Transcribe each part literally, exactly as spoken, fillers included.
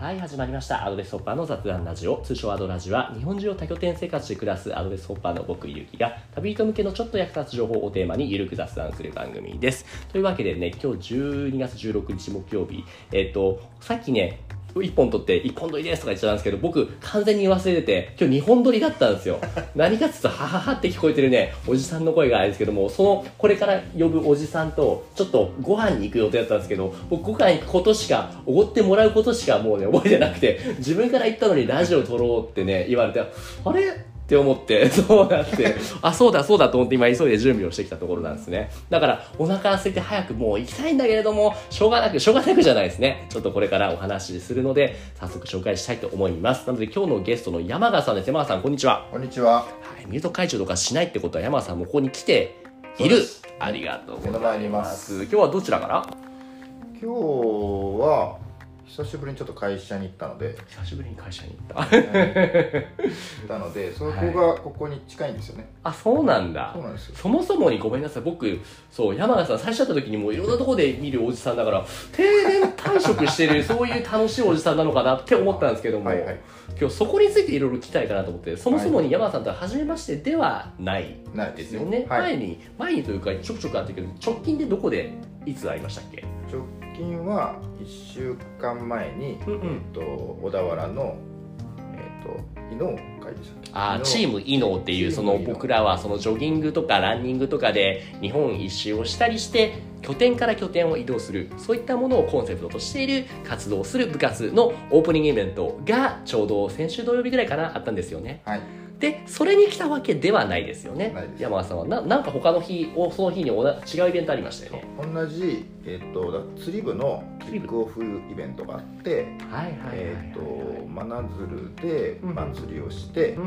はい、始まりました。アドレスホッパーの雑談ラジオ、通称アドラジは、日本中を多拠点生活で暮らすアドレスホッパーの僕ゆうきが旅人向けのちょっと役立つ情報をテーマにゆるく雑談する番組です。というわけでね、今日じゅうにがつじゅうろくにち木曜日、えっとさっきねいっぽん撮っていっぽん撮りですとか言っちゃったんですけど、僕完全に忘れてて今日にほん撮りだったんですよ。何かっていうとハハハって聞こえてるねおじさんの声があるんですけども、そのこれから呼ぶおじさんとちょっとご飯に行く予定だったんですけど、僕ご飯行くことしかおごってもらうことしかもうね覚えてなくて、自分から言ったのにラジオ撮ろうってね言われて、あれって思ってそうなってあそうだそうだと思って今急いで準備をしてきたところなんですね。だからお腹空いて早くもう行きたいんだけれどもしょうがなくしょうがなくじゃないですね。ちょっとこれからお話しするので早速紹介したいと思います。なので今日のゲストの山賀さんです。山賀さんこんにちは。 こんにちは。 はい、ミュート解除とかしないってことは山賀さんもここに来ている。ありがとうございます。 目の前にいます。 今日はどちらから？ 今日は久しぶりにちょっと会社に行ったので久しぶりに会社に行った行ったのでそこがここに近いんですよね。 あ、そうなんだ。 そうなんですよ。 そもそもにごめんなさい、僕そう山賀さん最初会った時にもういろんなところで見るおじさんだから定年退職してるそういう楽しいおじさんなのかなって思ったんですけども、はいはい、今日そこについていろいろ聞きたいかなと思って、そもそもに山賀さんとは初めましてではないですよね。はい、前に前にというかちょくちょくあったけど、直近でどこでいつ会いましたっけ？ 直近はいっしゅうかんまえに、うんうん、えっと、小田原の、えっと、伊能会でしたっけ？ あチーム伊能っていう、その僕らはそのジョギングとかランニングとかで日本一周をしたりして拠点から拠点を移動する、そういったものをコンセプトとしている活動をする部活のオープニングイベントがちょうど先週土曜日ぐらいかなあったんですよね。はい。でそれに来たわけではないですよね。山賀さんはななんか他の日をその日におな違うイベントありましたよね。 同じ、えー、と釣り部のキックオフイベントがあって、真鶴で祭りをして、うん、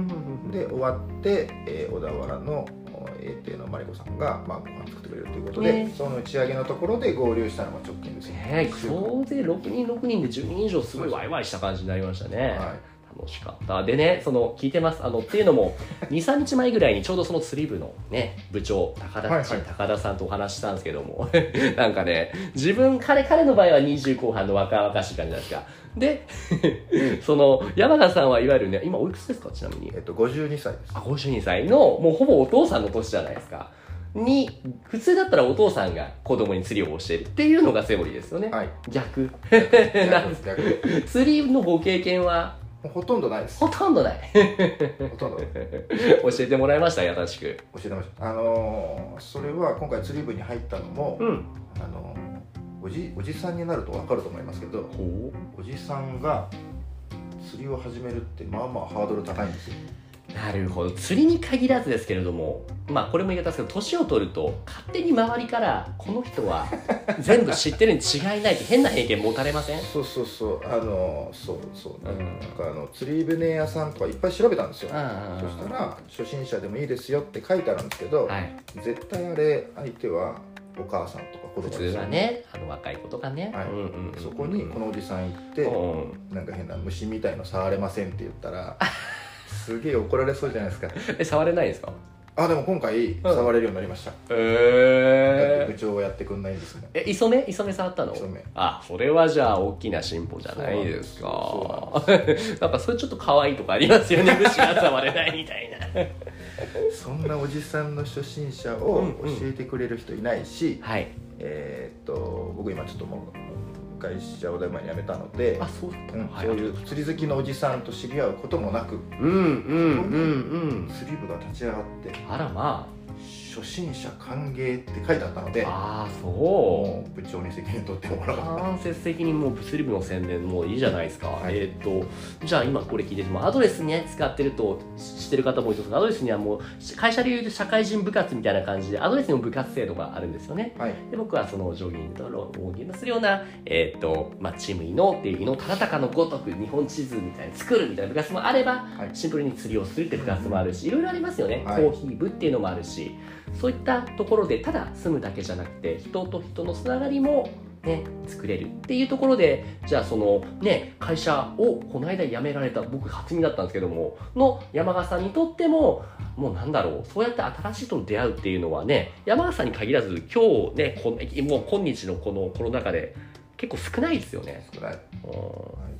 で終わって、えー、小田原の英帝のマリコさんが、まあ、ご飯作ってくれるということで、ね、その打ち上げのところで合流したのが直近ですね。 総勢ろくにんろくにんでじゅうにん以上すごいワイワイした感じになりましたね。はい、楽しかったでね、その聞いてますあのっていうのもにさんにちまえぐらいにちょうどその釣り部のね部長高田、はいはい、高田さんとお話ししたんですけどもなんかね自分彼彼の場合はにじゅうこう半の若々しい感じなんですか。でその山賀さんはいわゆるね今おいくつですか？ちなみに。 えっとごじゅうにさいです。 あごじゅうにさいのもうほぼお父さんの年じゃないですか。に普通だったらお父さんが子供に釣りを教えるっていうのがセオリーですよね。はい、逆逆逆釣りのご経験はほとんどないです。 ほとんどないほとんど教えてもらいました。優しく教えてました。あのー、それは今回釣り部に入ったのも、うん、あのー、おじおじさんになると分かると思いますけど、おじさんが釣りを始めるってまあまあハードル高いんですよ。 なるほど。釣りに限らずですけれども、まあこれも言い方ですけど、年を取ると勝手に周りからこの人は全部知ってるに違いないって変な偏見持たれません？ そうそうそう、あのそうそう、うん、なんかあの釣り船屋さんとかいっぱい調べたんですよ。そしたら初心者でもいいですよって書いてあるんですけど、はい、絶対あれ相手はお母さんとか子供ですよね。 普通はね、あの若い子とかね、はい、 うんうんうん、そこにこのおじさん行って、うん、なんか変な虫みたいの触れませんって言ったらすげえ怒られそうじゃないですか。 え、触れないんですか？ あ、でも今回触れるようになりました。へ、うん、えー、だって部長はやってくんないんですもん。 え、磯目磯目触ったの？ 磯目。 あ、それはじゃあ大きな進歩じゃないですか。そうなんです。なんかそれちょっと可愛いとかありますよね。虫が触れないみたいなそんなおじさんの初心者を教えてくれる人いないし、うんうん、はい、えー、っと僕今ちょっともう会社をだいぶ前に辞めたので、あ、そうだった、うん、はい、そういう釣り好きのおじさんと知り合うこともなく、うんうんうんうん、釣り部が立ち上がって、 あらまあ初心者歓迎って書いてあったので、 ああそう、もう部長に責任取ってもらう。 間接的にもう釣り部の宣伝もういいじゃないですか。はい、えっ、ー、とじゃあ今これ聞いててもアドレスに、ね、使ってると知ってる方も多いと思うんですけど、アドレスにはもう会社でいう社会人部活みたいな感じでアドレスにも部活制度があるんですよね。はい、で僕はそのジョギングとウォーキングするような、えーとまあ、チーム伊能っていう伊能忠敬のごとく日本地図みたいに作るみたいな部活もあれば、はい、シンプルに釣りをするって部活もあるし、いろいろありますよね。はい、コーヒー部っていうのもあるし、そういったところでただ住むだけじゃなくて人と人のつながりもね作れるっていうところで、じゃあそのね会社をこの間辞められた僕初耳だったんですけどもの山賀さんにとってももうなんだろう、そうやって新しい人と出会うっていうのはね、山賀さんに限らず今日ねこもう今日のこのコロナ禍で結構少ないですよね。 少ない、うん、はい、 こ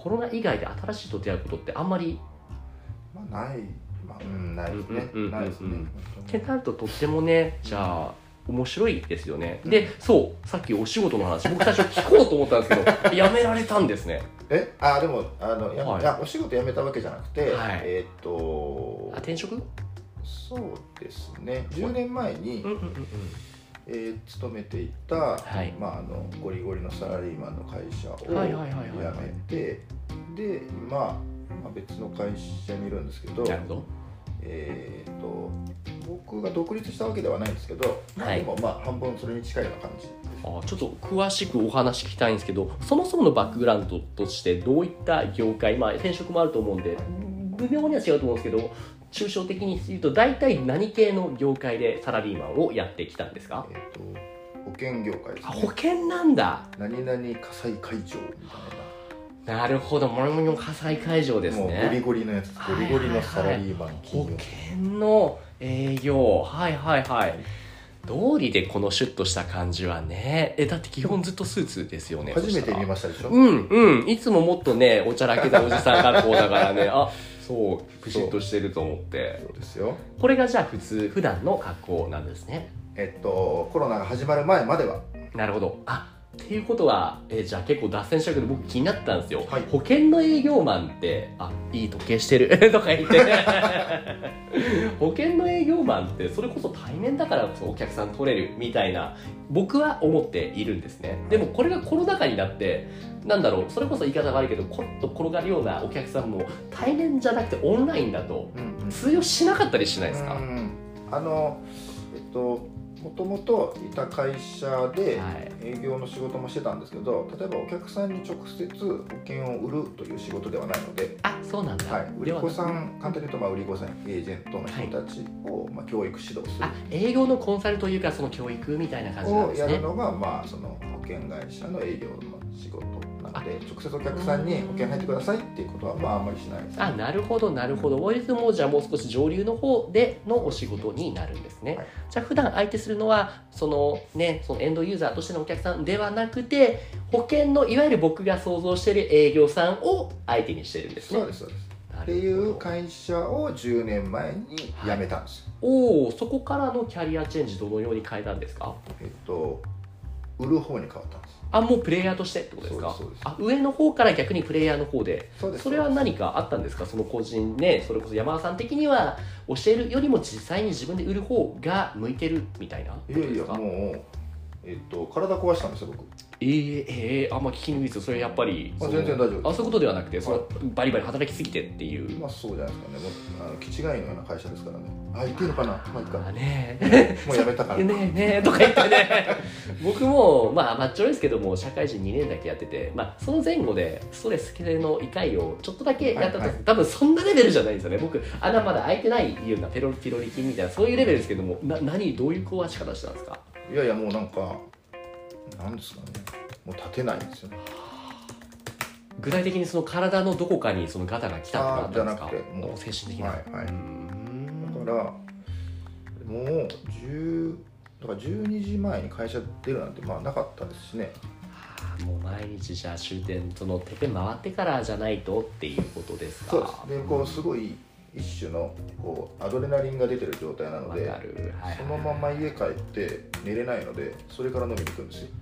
コロナ以外で新しい人と出会うことってあんまり、 まあ、ない、まあ、うん、ないですね、ないですね。 ってなるととってもね、じゃあ面白いですよね。で、そうさっきお仕事の話僕最初聞こうと思ったんですけど辞められたんですね。 えあでもあのや、はい、いやお仕事辞めたわけじゃなくて、はい、えっ、ー、とあ転職そうですねじゅうねんまえに、うんうんうんうんえー、勤めていた、はいまあ、あのゴリゴリのサラリーマンの会社を辞めてで今、まあ、別の会社にいるんですけど、なるほどえー、と僕が独立したわけではないんですけど、はい、でもまあ半分それに近いような感じです。 あちょっと詳しくお話聞きたいんですけど、そもそものバックグラウンドとしてどういった業界、まあ、転職もあると思うんで微妙には違うと思うんですけど、抽象的に言うと大体何系の業界でサラリーマンをやってきたんですか？えー、と保険業界ですね。 あ保険なんだ。 何々火災会場みたいな。なるほど、もろもろ火災会場ですね。 もうゴリゴリのやつ、ゴリゴリのサラリーマン、 保険の営業、はいはいはい。道理でこのシュッとした感じはね、えだって基本ずっとスーツですよね。 初めて見ましたでしょ。 うんうん、いつももっとねおちゃらけたおじさん格好だからね、あそうプシッとしてると思って。 そうですよ。 これがじゃあ普通普段の格好なんですね。 えっとコロナが始まる前までは。 なるほど。あっていうことは、えー、じゃあ結構脱線したけど僕気になったんですよ、はい、保険の営業マンってあいい時計してるとか言って保険の営業マンってそれこそ対面だからこそお客さん取れるみたいな僕は思っているんですね。でもこれがコロナ禍になってなんだろうそれこそ言い方悪いけどコロッと転がるようなお客さんも対面じゃなくてオンラインだと通用しなかったりしないですか？うんうん、 あのえっともともといた会社で営業の仕事もしてたんですけど、例えばお客さんに直接保険を売るという仕事ではないので、 あ、そうなんだ、 はい、売り子さん、簡単に言うとまあ売り子さん、エージェントの人たちをまあ教育指導する、 あ、営業のコンサルというかその教育みたいな感じなんですね。 をやるのがまあその保険会社の営業の仕事なので、直接お客さんに保険入ってくださいっていうことはまああんまりしないです、ね。 あ、なるほどなるほど。おいつもじゃあもう少し上流の方でのお仕事になるんですね。はい、じゃあ普段相手するのはそのね、そのエンドユーザーとしてのお客さんではなくて保険のいわゆる僕が想像している営業さんを相手にしてるんですね。 そうですそうです。っていう会社をじゅうねんまえに辞めたんです。 はい、おお、そこからのキャリアチェンジどのように変えたんですか？ えっと売る方に変わったんです。 あ、もうプレイヤーとしてってことですか？そうです。あ、上の方から逆にプレイヤーの方で。そうです。それは何かあったんですか？その個人ね、それこそ山田さん的には教えるよりも実際に自分で売る方が向いてるみたいなことですか？ いやいやもうえっと体壊したんですよ僕。 えー、えー、あんま聞きにくいですよ。それやっぱりあ全然大丈夫。 あ、そういうことではなくて、そのバリバリ働きすぎてっていう。 まあそうじゃないですかね。もうあの気違いのような会社ですからね。あ、言っていいのかな。まあいいか。 あねもうやめたから。 ねえねえとか言ってね。僕もまあマッチョですけども社会人にねんだけやってて、まあその前後でストレス系の異界をちょっとだけやったと、はいはい、多分そんなレベルじゃないんですよね。僕あのまだ空いてないようなペロピロリ菌みたいなそういうレベルですけども、な何どういう壊し方したんですか？ いやいやもうなんかなんですかね。もう立てないんですよね。 具体的にその体のどこかにそのガタが来たとかあったんですか？ じゃなくてもう精神的な。 はいはい。だからもうじゅうだからじゅうにじまえに会社出るなんてまあなかったですしね。 はあ、もう毎日じゃあ終点そのてっぺん回ってからじゃないとっていうことですか？ そうです。でこうすごい一種のこうアドレナリンが出てる状態なので、はいはい、そのまま家帰って寝れないのでそれから飲みに行くんですよ。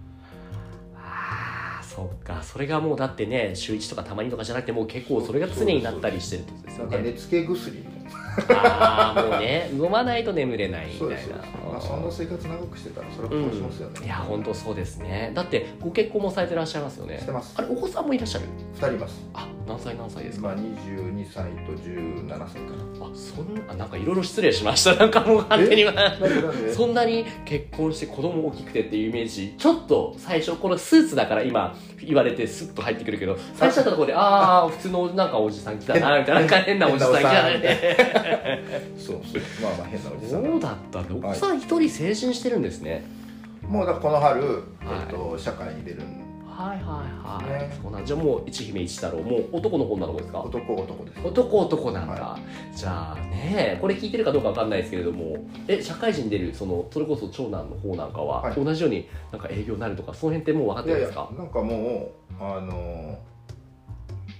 そっか、それがもうだってね週いちとかたまにとかじゃなくてもう結構それが常になったりしてるってことですよね。 なんか寝つけ薬みたいな。 ああもうね飲まないと眠れないみたいな。 まあ、そんな生活長くしてたらそれは困りますよね、 うん、いや本当そうですね。だってご結婚もされてらっしゃいますよね。 してます。 あれお子さんもいらっしゃる？ ふたりいます。 あ、何歳何歳ですか？ 今にじゅうにさいとじゅうななさいかな。 あ、そんな、なんかいろいろ失礼しました。なんかもう勝手にはそんなに結婚して子供大きくてっていうイメージちょっと最初このスーツだから今言われてスッと入ってくるけど、最初だったところでああ普通のなんかおじさん来たなみたいな、なんか変なおじさん来たなみたいなそうそう、まあまあ変なおじさん。 そうだったんで、お子さん一人成人してるんですね。 もうだからこの春、えっと、社会に出るんで。 はいはいはい、ね、そうなんじゃもう一姫一太郎もう男の子女の子ですか？ 男男です。 男男なんだ、 はい、 じゃあねこれ聞いてるかどうかわかんないですけれども、え社会人出るそのそれこそ長男の方なんかは、はい、同じようになんか営業になるとかその辺ってもう分かってるんですか？ いやいやなんかもうあの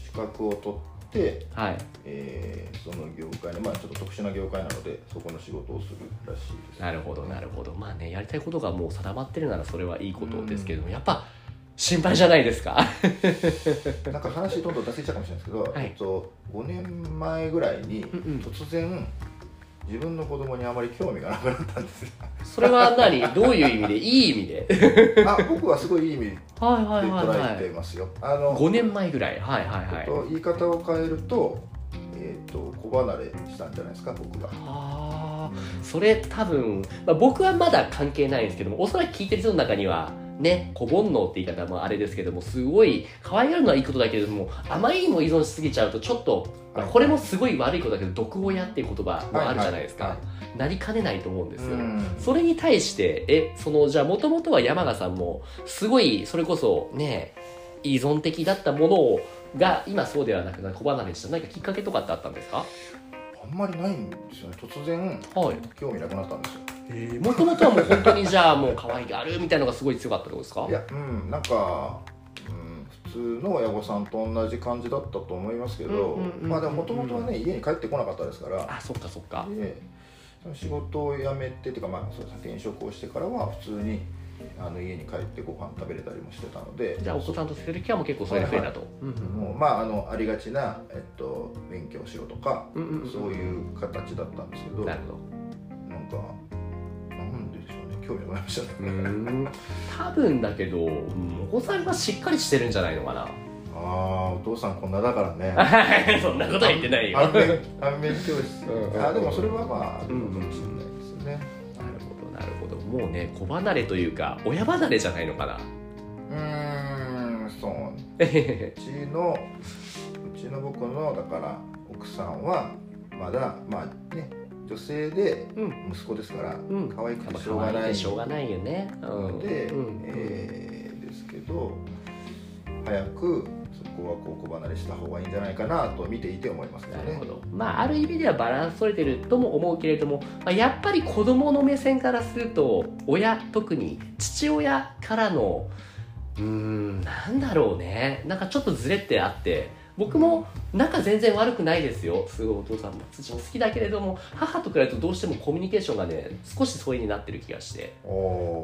資格を取って、 はいえー、その業界の、まあ、ちょっと特殊な業界なのでそこの仕事をするらしいです。 なるほどなるほど。まあね、やりたいことがもう定まってるならそれはいいことですけれども、やっぱ心配じゃないですかなんか話どんどん脱線しちゃうかもしれないですけど、はい、えっと、ごねんまえぐらいに突然、うんうん、自分の子供にあまり興味がなくなったんですよ。 それは何どういう意味で？いい意味であ、僕はすごいいい意味で捉えてますよ。あのごねんまえぐらい、はいはいはい、 と言い方を変えると、えー、と子離れしたんじゃないですか、僕が。 あ、うん、それ多分、まあ、僕はまだ関係ないんですけども、おそらく聞いてる人の中にはね、子煩悩って言い方もあれですけども、すごい可愛がるのはいいことだけれども、あまりにも依存しすぎちゃうとちょっと、まあ、これもすごい悪いことだけど毒親っていう言葉もあるじゃないですか、はいはいはい、なりかねないと思うんですよ。それに対してえそのじゃあもともとは山賀さんもすごいそれこそね依存的だったものをが今そうではなくな子離れした何かきっかけとかってあったんですか？ あんまりないんですよね。突然、はい、興味なくなったんですよ。 もともとはもう本当にじゃあもう可愛がるみたいなのがすごい強かったってことですか？ いや、うん、なんか、うん、普通の親御さんと同じ感じだったと思いますけど、まあでももともとはね家に帰ってこなかったですから。 あ、そっかそっか。 で仕事を辞めてっていうか、まあそうですね、転職をしてからは普通にあの家に帰ってご飯食べれたりもしてたので。 じゃあお子さんとする機会も結構それで増えたと。 もうまああのありがちな、えっと、勉強しろとか、うんうんうん、そういう形だったんですけど。 なるほど。なんかなんでしょうね、興味がございましたね。 うん多分だけど、お子さんがしっかりしてるんじゃないのかな。 ああ、お父さんこんなだからね。 そんなことは言ってないよ。 反面反面教師。あ、でもそれはまああるかもしれないですね。 なるほどなるほど。もうね、子離れというか親離れじゃないのかな。 うーん、そう。うちのうちの僕のだから奥さんはまだまあね。女性で息子ですから、うん、可愛くてしょうがない、 しょうがないよね。 ので、うん、えー、ですけど早くそこはこう子離れした方がいいんじゃないかなと見ていて思いますね。 なるほど。まあある意味ではバランス取れてるとも思うけれども、まあ、やっぱり子供の目線からすると親、特に父親からのうーんなんだろうね、なんかちょっとズレってあって。僕も仲全然悪くないですよ。すごいお父さんも父も好きだけれども、母と比べるとどうしてもコミュニケーションがね少し疎遠になってる気がして、うん、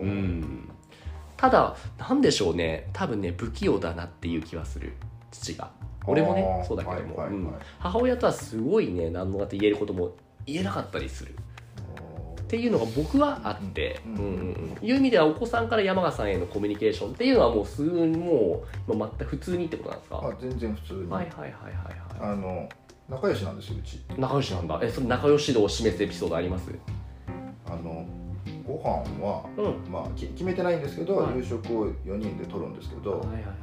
ただなんでしょうね、多分ね不器用だなっていう気はする、父が。俺もねそうだけども、はいはいはい、うん、母親とはすごいね何のだって言えることも言えなかったりするっていうのが僕はあって、うんうんうん、いう意味ではお子さんから山賀さんへのコミュニケーションっていうのはもうすぐにもう、まあ、全く普通にってことなんですか？ あ、全然普通に。 はいはいはいはいはい。 あの仲良しなんですよ、うち。 仲良しなんだ。え、その仲良し度を示すエピソードあります？ あのご飯は、うん、まあ決めてないんですけど、はい、夕食をよにんで取るんですけど、はいはいはいはい、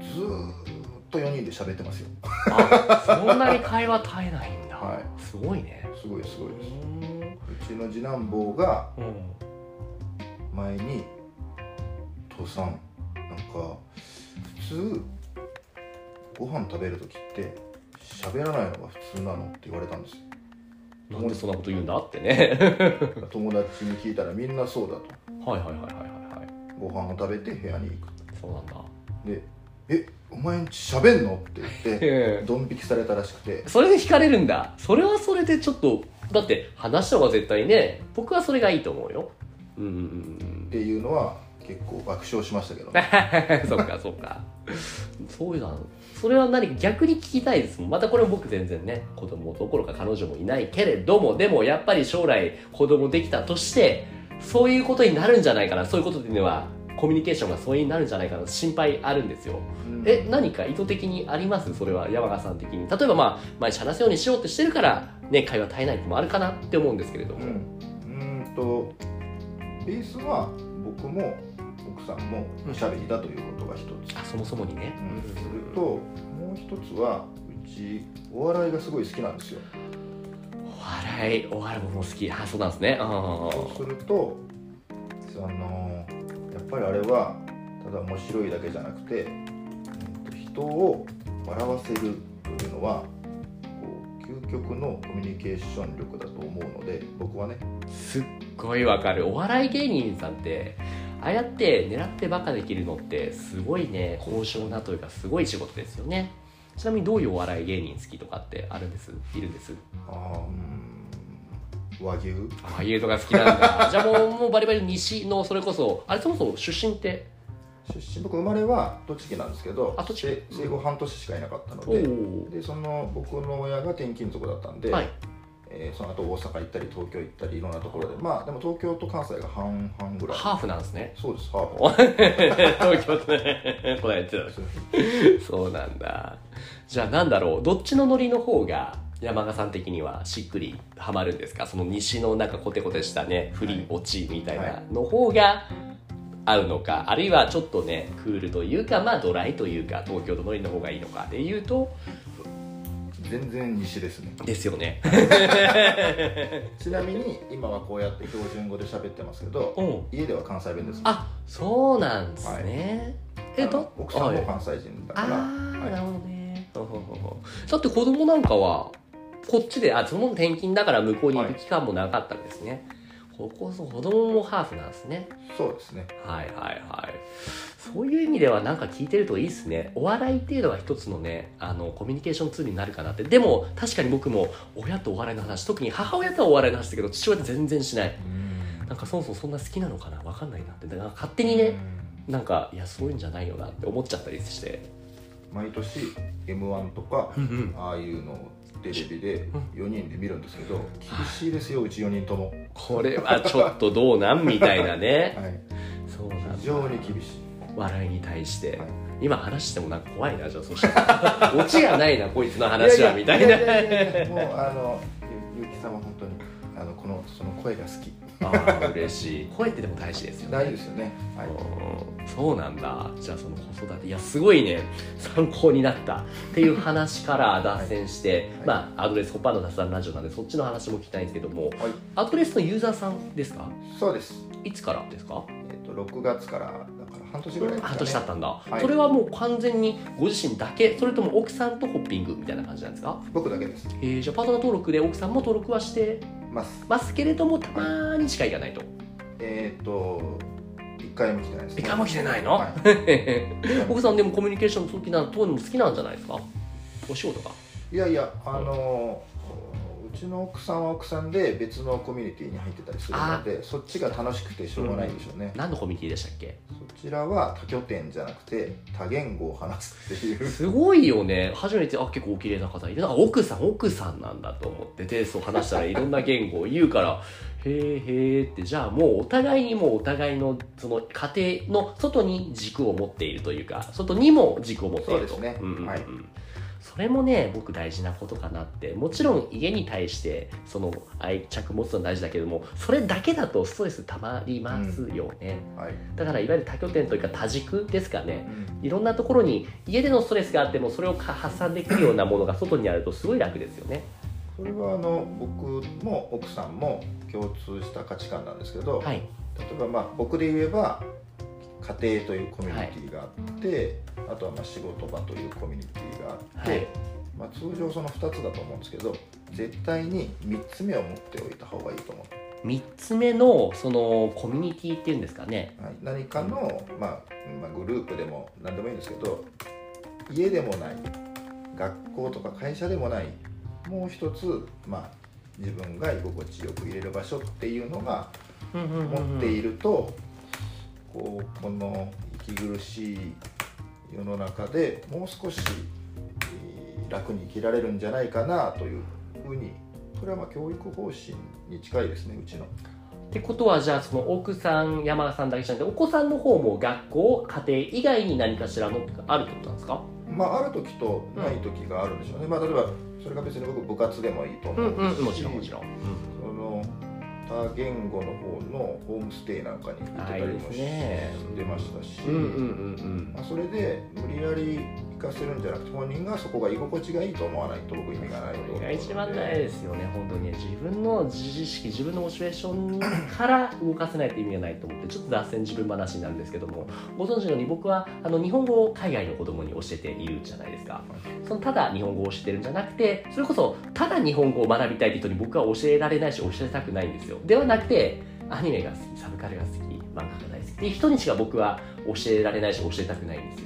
ずーっとよにんで喋ってますよ。 あ、そんなに会話絶えないんだ。はい、すごいね。 すごいすごいです。うちの次男坊が前に「父さん、なんか普通ご飯食べる時って喋らないのが普通なの?」って言われたんですよ。 なんでそんなこと言うんだってね。 友達に聞いたらみんなそうだと。 はいはいはいはいはい。 ご飯を食べて部屋に行く。 そうなんだ。 で、え、お前んち喋んのって言ってドン引きされたらしくて。 それで惹かれるんだ。それはそれでちょっと。だって話した方が絶対ね、僕はそれがいいと思うよ。うんうんうん。 っていうのは結構爆笑しましたけどね。 そっかそっか。そういうの、それは何逆に聞きたいですもん。またこれも僕全然ね、子供どころか彼女もいないけれども、でもやっぱり将来子供できたとしてそういうことになるんじゃないかな。そういうことっていうのはコミュニケーションがそういうになるんじゃないかな心配あるんですよ。うん、え、何か意図的にあります？それは山賀さん的に。例えばまあ毎日話すようにしようってしてるからね、会話絶えないってもあるかなって思うんですけれども。うん、 うんとベースは僕も奥さんもおしゃべりだということが一つ。 あ、そもそもにね。 うん、それともう一つはうちお笑いがすごい好きなんですよ。 お笑い、お笑いも好き。あ、そうなんですね。あ、 そうするとあのやっぱりあれはただ面白いだけじゃなくて、人を笑わせるというのは究極のコミュニケーション力だと思うので、僕はねすっごいわかる。お笑い芸人さんってああやって狙ってバカできるのってすごいね高尚なというかすごい仕事ですよね。 ちなみにどういうお笑い芸人好きとかってあるんですいるんです？ あ、うん、和牛和牛とか好きなんだじゃあもう、もうバリバリ西の、それこそあれ、そもそも出身って出身、僕生まれは栃木なんですけど、 あ、栃木、 生後半年しかいなかったので、でその僕の親が転勤族だったんで、はい、えー、その後大阪行ったり東京行ったりいろんなところで、まあでも東京と関西が半々ぐらい。 ハーフなんですね。 そうです、ハーフ東京とねこれやってたそうなんだ。じゃあなんだろう、どっちのノリの方が山賀さん的にはしっくりハマるんですか？その西のなんかコテコテしたね振り落ちみたいなの方が合うのか、あるいはちょっとねクールというか、まあドライというか東京のノリの方がいいのかでいうと、 全然西ですね。 ですよねちなみに今はこうやって標準語で喋ってますけど、うん、家では関西弁です。 あ、そうなんですね、はい、えっと奥さんも関西人だから、 ああ、はい、なるほどね。だって子供なんかはこっちで、あ、その転勤だから向こうに行く期間もなかったんですね、はい、ここそ子供もハーフなんですね。 そうですね。 はいはいはい。そういう意味ではなんか聞いてるといいですね。お笑いっていうのは一つのね、あのコミュニケーションツールになるかなって。でも確かに僕も親とお笑いの話、特に母親とはお笑いの話だけど父親と全然しない。うん、なんかそもそもそんな好きなのかな、分かんないなって、だから勝手にね、なんかいやそういうんじゃないよなって思っちゃったりして。 毎年 エムワン とか、うんうん、ああいうのをテレビでよにんで見るんですけど、厳しいですよ、うちよにんとも。 これはちょっとどうなんみたいなね、 はい、 そうなんだ。 非常に厳しい、 笑いに対して、はい、今話してもなんか怖いな、じゃあそしたらオチがないなこいつの話はみたいな。いやいやいやいやもうあのゆうきさんは本当にあのこのその声が好き。 ああ嬉しい。声ってでも大事ですよね。 大事ですよね、はい、 そうなんだ。じゃあその子育て、いやすごいね参考になったっていう話から脱線して、はいはい、まあアドレスホッパーの雑談ラジオなんでそっちの話も聞きたいんですけども、はい、アドレスのユーザーさんですか？ そうです。 いつからですか？ えっとろくがつからだから半年ぐらいですかね。 半年経ったんだ、はい、それはもう完全にご自身だけ、それとも奥さんとホッピングみたいな感じなんですか？ 僕だけです。 えー、じゃあパートナー登録で奥さんも登録はしてますますけれども、たまにしか行かないと。 えっと一回も来てないですね。 一回も来てないの？はい、奥さんでもコミュニケーション好きなと好きなんじゃないですか？お仕事か。 いやいや、あのうちの奥さんは奥さんで別のコミュニティに入ってたりするので、そっちが楽しくてしょうがないんでしょうね、 うん、何のコミュニティでしたっけ？ そちらは多拠点じゃなくて多言語を話すっていう。 すごいよね。初めて、あ、結構お綺麗な方いるな、奥さん奥さんなんだと思ってテースを話したらいろんな言語を言うからへーへーって、じゃあもうお互いにもうお互いのその家庭の外に軸を持っているというか、外にも軸を持っていると。 そうですね、うんうんうん、はい。 それもね僕大事なことかなって。もちろん家に対してその愛着持つのは大事だけども、それだけだとストレスたまりますよね、うん、はい、だからいわゆる多拠点というか多軸ですかね、うん、いろんなところに家でのストレスがあってもそれを発散できるようなものが外にあるとすごい楽ですよね。 それはあの僕も奥さんも共通した価値観なんですけど、はい、例えばまあ僕で言えば家庭というコミュニティがあって、はい、あとはまあ仕事場というコミュニティがあって、はい、まあ、通常そのふたつだと思うんですけど、絶対にみっつめを持っておいた方がいいと思う。 みっつめのそのコミュニティっていうんですかね、 はい、何かの、まあ、まあグループでも何でもいいんですけど、家でもない学校とか会社でもないもう一つ、まあ、自分が居心地よく入れる場所っていうのが持っていると、こうこの息苦しい世の中でもう少し楽に生きられるんじゃないかなというふうに、これはまあ教育方針に近いですね、うちの。 ってことはじゃあその奥さん山田さんだけじゃなくてお子さんの方も学校家庭以外に何かしらのあるってことなんですか？ まあある時とない時があるんでしょうね、うん、まあ例えばそれが別に僕部活でもいいと思うし、うんうん、もちろんもちろん、うん、その多言語の方のホームステイなんかに行ってたりもし、ね、してましたし、まあ、それで無理やり行かせるんじゃなくて本人がそこが居心地がいいと思わないと僕意味がないと思うので。 それが一番大事ですよね。本当にね、自分の自意識自分のモチベーションから動かせないと意味がないと思って、ちょっと脱線自分話になるんですけども、ご存知のように僕はあの日本語を海外の子供に教えているじゃないですか。そのただ日本語を教えてるんじゃなくて、それこそただ日本語を学びたいって人に僕は教えられないし教えたくないんですよ。ではなくてアニメが好き、サブカルが好き、漫画が大好きっていう人にしか僕は教えられないし教えたくないんですよ。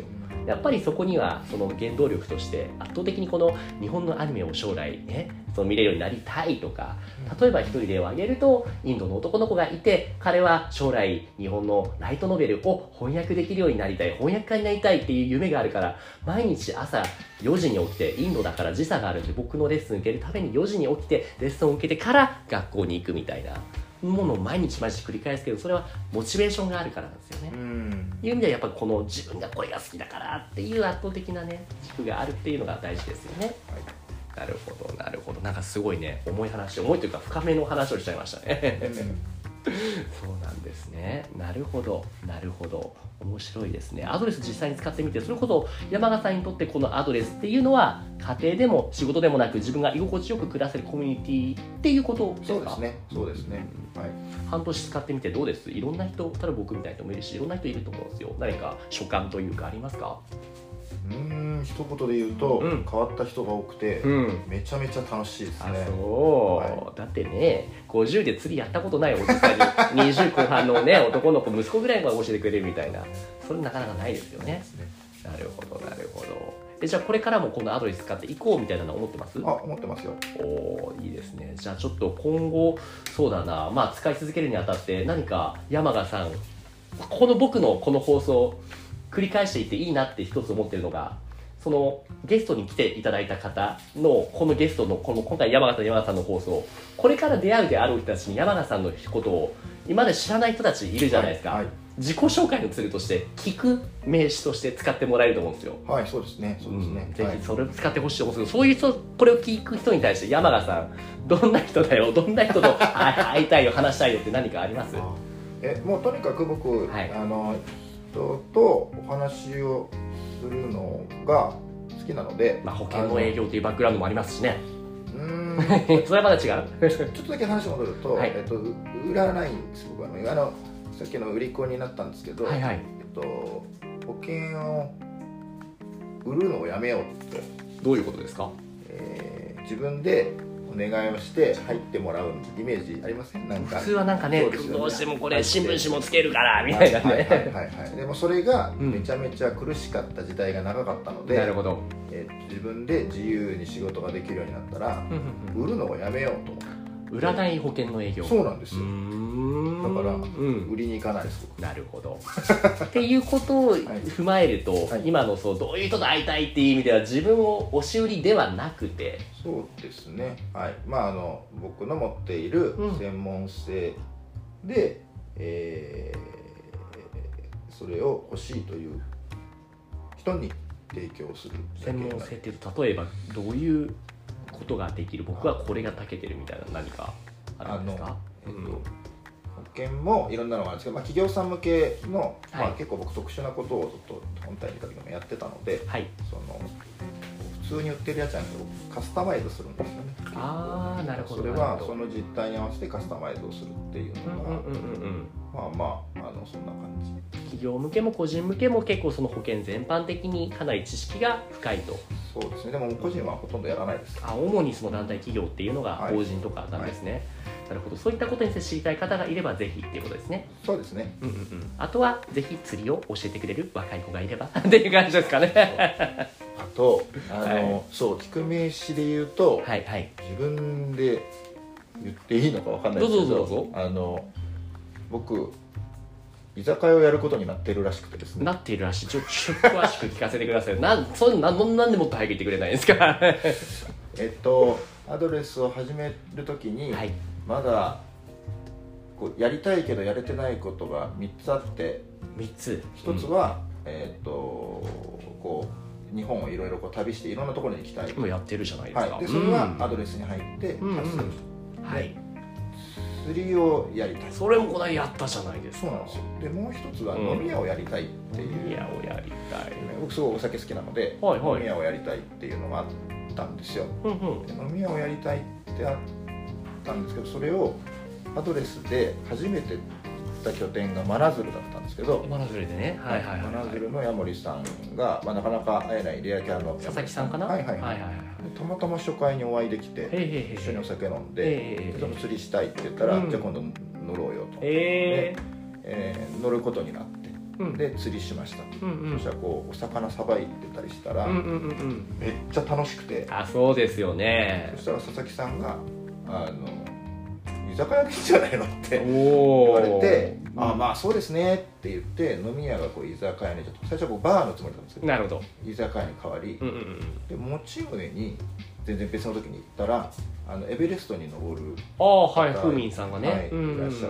やっぱりそこにはその原動力として圧倒的にこの日本のアニメを将来ねその見れるようになりたいとか、例えば一人例を挙げるとインドの男の子がいて、彼は将来日本のライトノベルを翻訳できるようになりたい、翻訳家になりたいっていう夢があるから、毎日朝よじに起きて、インドだから時差があるんで僕のレッスン受けるためによじに起きてレッスンを受けてから学校に行くみたいなものを毎日毎日繰り返すけど、それはモチベーションがあるからなんですよね。うんいう意味ではやっぱりこの自分がこれが好きだからっていう圧倒的なね軸があるっていうのが大事ですよね。はい、なるほどなるほど。なんかすごいね重い話、重いというか深めの話をしちゃいましたね。そうなんですね。なるほどなるほど、面白いですね。アドレス実際に使ってみて、それこそ山賀さんにとってこのアドレスっていうのは家庭でも仕事でもなく自分が居心地よく暮らせるコミュニティっていうことですか？ そうですねそうですね、うん、はい。 半年使ってみてどうです？いろんな人、ただ僕みたいな人もいるしいろんな人いると思うんですよ。何か所感というかありますか？ うーん一言で言うと、うん、変わった人が多くて、うん、めちゃめちゃ楽しいですね。 あそう、はい、だってねごじゅうで釣りやったことないおじさんににじゅう後半のね男の子息子ぐらいが教えてくれるみたいな、それなかなかないですよね。なるほどなるほど。えじゃあこれからもこのアドレス使っていこうみたいなの思ってます？ あ思ってますよ。 おーいいですね。じゃあちょっと今後そうだな、まあ使い続けるにあたって何か山賀さんこの僕のこの放送繰り返していっていいなって一つ思ってるのが、そのゲストに来ていただいた方のこのゲストのこの今回山賀さん山賀さんの放送、これから出会うであろう人たちに山賀さんのことを今まで知らない人たちいるじゃないですか、はいはい、自己紹介のツールとして聞く名詞として使ってもらえると思うんですよ。 はいそうですねそうですね、 うん、ぜひそれを使ってほしいと思うんですけど、そういう人これを聞く人に対して山賀さんどんな人だよ、どんな人と会いたいよ話したいよって何かあります？ えもうとにかく僕、はい、あの人とお話をするのが好きなので、 まあ、保険の営業というバックグラウンドもありますしね。うーんそれはまだ違うちょっとだけ話戻ると、はい、えっと、売らないんです僕はあのさっきの売り子になったんですけど、はいはい、えっと、保険を売るのをやめようって。 どういうことですか？ えー、自分でお願いをして入ってもらうイメージありません？なんか普通はなんか ね, ねどうしてもこれ新聞紙もつけるからみたいなね、はいはいはいはい、でもそれがめちゃめちゃ苦しかった時代が長かったので、 うん、なるほど、 えー、自分で自由に仕事ができるようになったら、うん、売るのをやめようと思って。 売らない保険の営業。 そうなんですよ。だから、うん、売りに行かないです。 なるほどっていうことを踏まえると、はい、今のそうどういう人と会いたいっていう意味では自分を押し売りではなくて、 そうですね、はい、まああの僕の持っている専門性で、うん、えー、それを欲しいという人に提供する。 専門性って例えばどういうことができる、僕はこれが長けてるみたいな何かあるんですか？ えっと、うん、保険もいろんなのがあるんですけど、まあ、企業さん向けの、はい、まあ、結構僕特殊なことをずっと本体にいた時もやってたので、はい、その普通に売ってるやつじゃなくてカスタマイズするんですよね。 ああなるほど。 それはその実態に合わせてカスタマイズをするっていうのが、まあまああのそんな感じ。 企業向けも個人向けも結構その保険全般的にかなり知識が深いと。 そうですね。でも個人はほとんどやらないです。 あ、主にその団体企業っていうのが法人とかなんですね、はいはい、なるほど。そういったことについて知りたい方がいればぜひっていうことですね。 そうですね、 うんうんうん、あとはぜひ釣りを教えてくれる若い子がいればっていう感じですかね。 あとあの、はい、そう聞く名詞で言うと、 はいはい、 自分で言っていいのかわかんないですけど、 どうぞどうぞ。 あの僕居酒屋をやることになっているらしくてですね。 なっているらしい。ちょっと詳しく聞かせてください。なんそういうのなんなんでもっと早く言ってくれないですか。 えっとアドレスを始めるときに、はい、まだこうやりたいけどやれてないことがみっつあって、 みっつ。 ひとつは、うん、えっとこう日本をいろいろ旅していろんなところに行きたい。 もうやってるじゃないですか。 はい、でそれはアドレスに入って発する。はい。 釣りをやりたい。 それもこの間やったじゃないですか。 そうなんですよ。でもう一つは飲み屋をやりたいっていう、 飲み屋をやりたい、 僕すごいお酒好きなので、はいはい、飲み屋をやりたいっていうのがあったんですよ、うんうん、で飲み屋をやりたいってあったんですけど、それをアドレスで初めて行った拠点が真鶴だったんですけど、 真鶴でね、はいはいはい、 真鶴の矢守さんが、まあ、なかなか会えないレアキャラの佐々木さんかな、 はいはいはい、はいはいはい、たまたま初回にお会いできて、へーへーへー、一緒にお酒飲んで、へーへー、ちょっと釣りしたいって言ったら、うん、じゃあ今度乗ろうよと、 へー、 で、えー、乗ることになって、 うん、で釣りしました、うんうん、そしたらこうお魚さばいてたりしたら、うんうんうんうん、めっちゃ楽しくて、 あ、そうですよね。 そしたら佐々木さんがあの居酒屋でいいんじゃないのって言われて、うん、あまあそうですねって言って飲み屋がこう居酒屋にちょっと最初はこうバーのつもりだったんですけど、 なるほど、 居酒屋に変わり、うんうんうん、で持ち船に全然別の時に行ったらあのエベレストに登る方、あ、はい、風民さんがね、 はい、うんうん、いらっしゃって、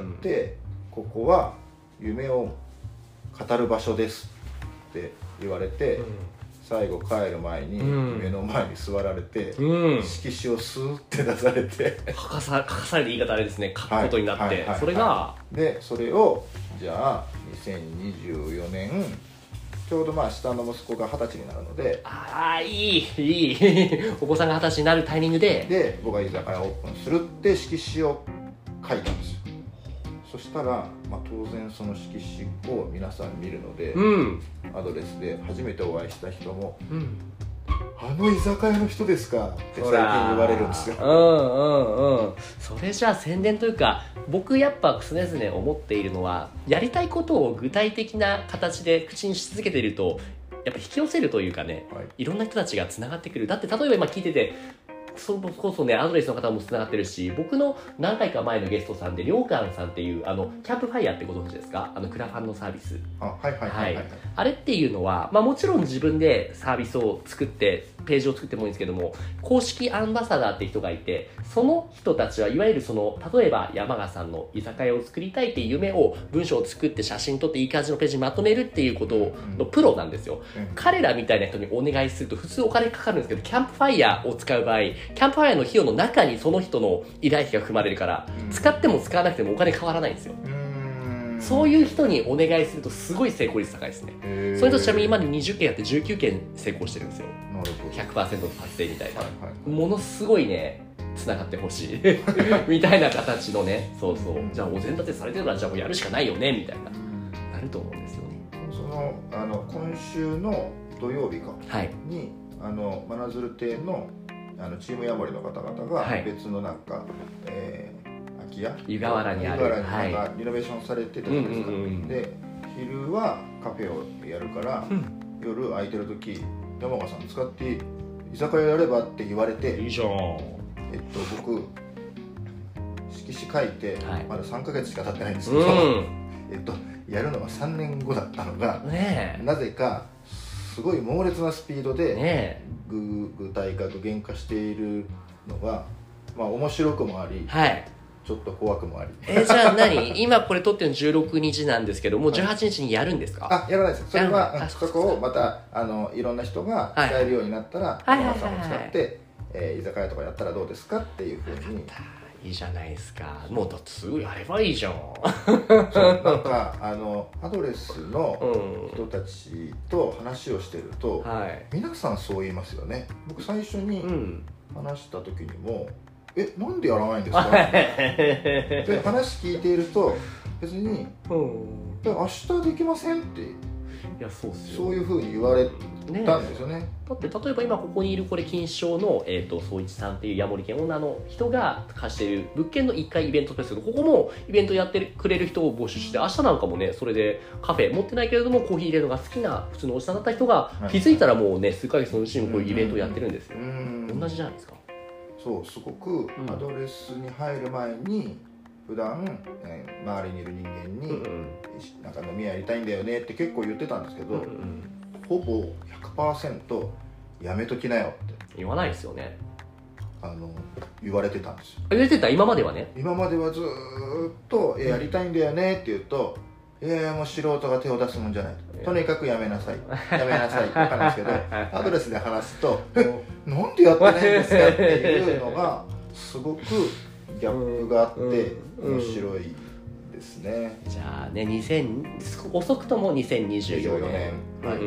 ここは夢を語る場所ですって言われて、うん、最後帰る前に目の前に座られて、うん、色紙をスーって出されて書かさ、書かされて言い方あれですね、書くことになって、はいはいはいはい、それがでそれをじゃあにせんにじゅうよねんちょうどまあ下の息子が二十歳になるので、 ああいいいいお子さんが二十歳になるタイミングでで僕が居酒屋をオープンするって色紙を書いたんですよ。そしたら、まあ、当然その色紙を皆さん見るので、うん、アドレスで初めてお会いした人も、うん、あの居酒屋の人ですかって最近言われるんですよ。 うんうんうん。それじゃあ宣伝というか、僕やっぱ常々思っているのは、やりたいことを具体的な形で口にし続けているとやっぱ引き寄せるというかね、はい、いろんな人たちがつながってくる。だって例えば今聞いててそれこそね、アドレスの方もつながってるし、僕の何回か前のゲストさんでりょうかんさんっていうあのキャンプファイヤーってご存知ですか？あのクラファンのサービス、 あ、はいはいはいはい、はい、 あれっていうのは、まあ、もちろん自分でサービスを作ってページを作ってもいいんですけども、公式アンバサダーって人がいて、その人たちはいわゆるその例えば山賀さんの居酒屋を作りたいっていう夢を文章を作って写真撮っていい感じのページにまとめるっていうことのプロなんですよ、うん、彼らみたいな人にお願いすると普通お金かかるんですけど、キャンプファイヤーを使う場合、キャンプファイヤーの費用の中にその人の依頼費が含まれるから、うん、使っても使わなくてもお金変わらないんですよ。そういう人にお願いするとすごい成功率高いですね。それとちなみに今までにじゅっけんやってじゅうきゅうけん成功してるんですよ。 なるほど。 ひゃくパーセント 達成みたいな、はいはい、ものすごいねつながってほしいみたいな形のね、そうそう、じゃあお膳立てされてるからじゃあもうやるしかないよねみたいな、なると思うんですよね。 そのあの今週の土曜日かに、はい、あの真鶴亭のあのチームヤモリの方々が別のなんか、はい、えー、空き家湯河原にある湯河原になんかリノベーションされてるじゃないですか、うんうんうん、で昼はカフェをやるから、うん、夜空いてる時山川さん使って居酒屋やればって言われて、 いいじゃん。 えっと僕色紙書いて、はい、まださんかげつしか経ってないんですけど、うん、えっとやるのはさんねんごだったのが、ね、なぜかすごい猛烈なスピードで、ね、具体化具現化しているのが、まあ面白くもあり、はい、ちょっと怖くもあり。 えー、じゃあ何今これ撮ってるのじゅうろくにちなんですけども、うじゅうはちにちにやるんですか？ あ、やらないです。それはそこをまたあのいろんな人が使えるようになったら、皆さんを使って、えー、居酒屋とかやったらどうですかっていうふうに。 いいじゃないですか。もうだってすぐやればいいじゃん。 そうなんかあのアドレスの人たちと話をしてると、うん、はい、皆さんそう言いますよね。僕最初に話した時にも、うん、え、なんでやらないんですかで話聞いていると別に、うん、明日できませんって、いや、そうっすよ、 そういうふうに言われたんですよね。 ね、だって例えば今ここにいるこれ金賞の、えー、と総一さんっていうヤモリ県オーナーの人が貸している物件のいっかいイベントですけど、ここもイベントやってくれる人を募集して、明日なんかもね、それでカフェ持ってないけれどもコーヒー入れるのが好きな普通のおじさんだった人が気づいたらもうね、数ヶ月のうちにこういうイベントをやってるんですよ。同じじゃないですか。 そう、すごくアドレスに入る前に普段、えー、周りにいる人間に、うんうん、なんか飲み屋やりたいんだよねって結構言ってたんですけど、うんうん、ほぼ ひゃくパーセント やめときなよって言わないですよね。 あの言われてたんですよ。 言われてた。今まではね、 今まではずっとやりたいんだよねって言うと、いやいやもう素人が手を出すもんじゃない、とにかくやめなさいやめなさいって分かるんですけどアドレスで話すとなんでやってないんですかっていうのがすごくギャップがあって面白いですね。 じゃあね、にせん遅くともにせんにじゅうよねん、はい、うん、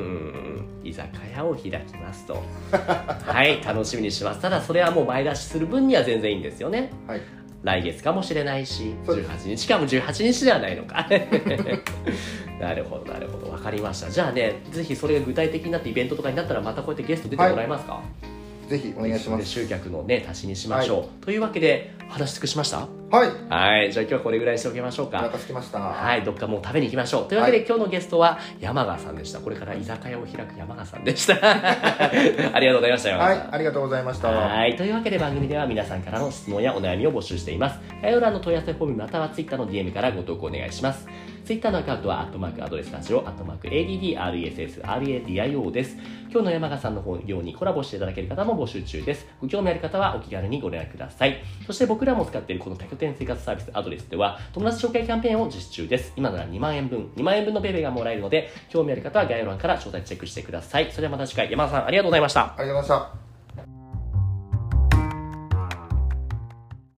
居酒屋を開きますとはい、楽しみにします。ただそれはもう前出しする分には全然いいんですよね。はい、来月かもしれないし、じゅうはちにちかもじゅうはちにちではないのかなるほどなるほど、分かりました。じゃあね、ぜひそれが具体的になってイベントとかになったらまたこうやってゲスト出てもらえますか？はい、 ぜひお願いします。 集客のね足しにしましょう、はい、というわけで話し尽くしました。 はい。 はい。じゃあ今日はこれぐらいにしておきましょうか。 お腹空きました。 はい。どっかもう食べに行きましょう。というわけで、はい、今日のゲストは山川さんでした。これから居酒屋を開く山川さんでした。ありがとうございました。山川さん。 はい。ありがとうございました。 はい。というわけで番組では皆さんからの質問やお悩みを募集しています。概要欄の問い合わせフォームまたは Twitter の ディーエム からご投稿お願いします。Twitter のアカウントは、アットマークアドレスラジオ、アットマーク エーディーディーアールイーエスエスアールエーディーアイオー です。今日の山川さんのようにコラボしていただける方も募集中です。ご興味ある方はお気軽にご連絡ください。そして僕らも使っているこの多拠点生活サービスアドレスでは、友達紹介キャンペーンを実施中です。今ならにまんえんぶん、にまんえんぶんのペイペイがもらえるので、興味ある方は概要欄から詳細チェックしてください。それではまた次回、山川さんありがとうございました。 ありがとうございました。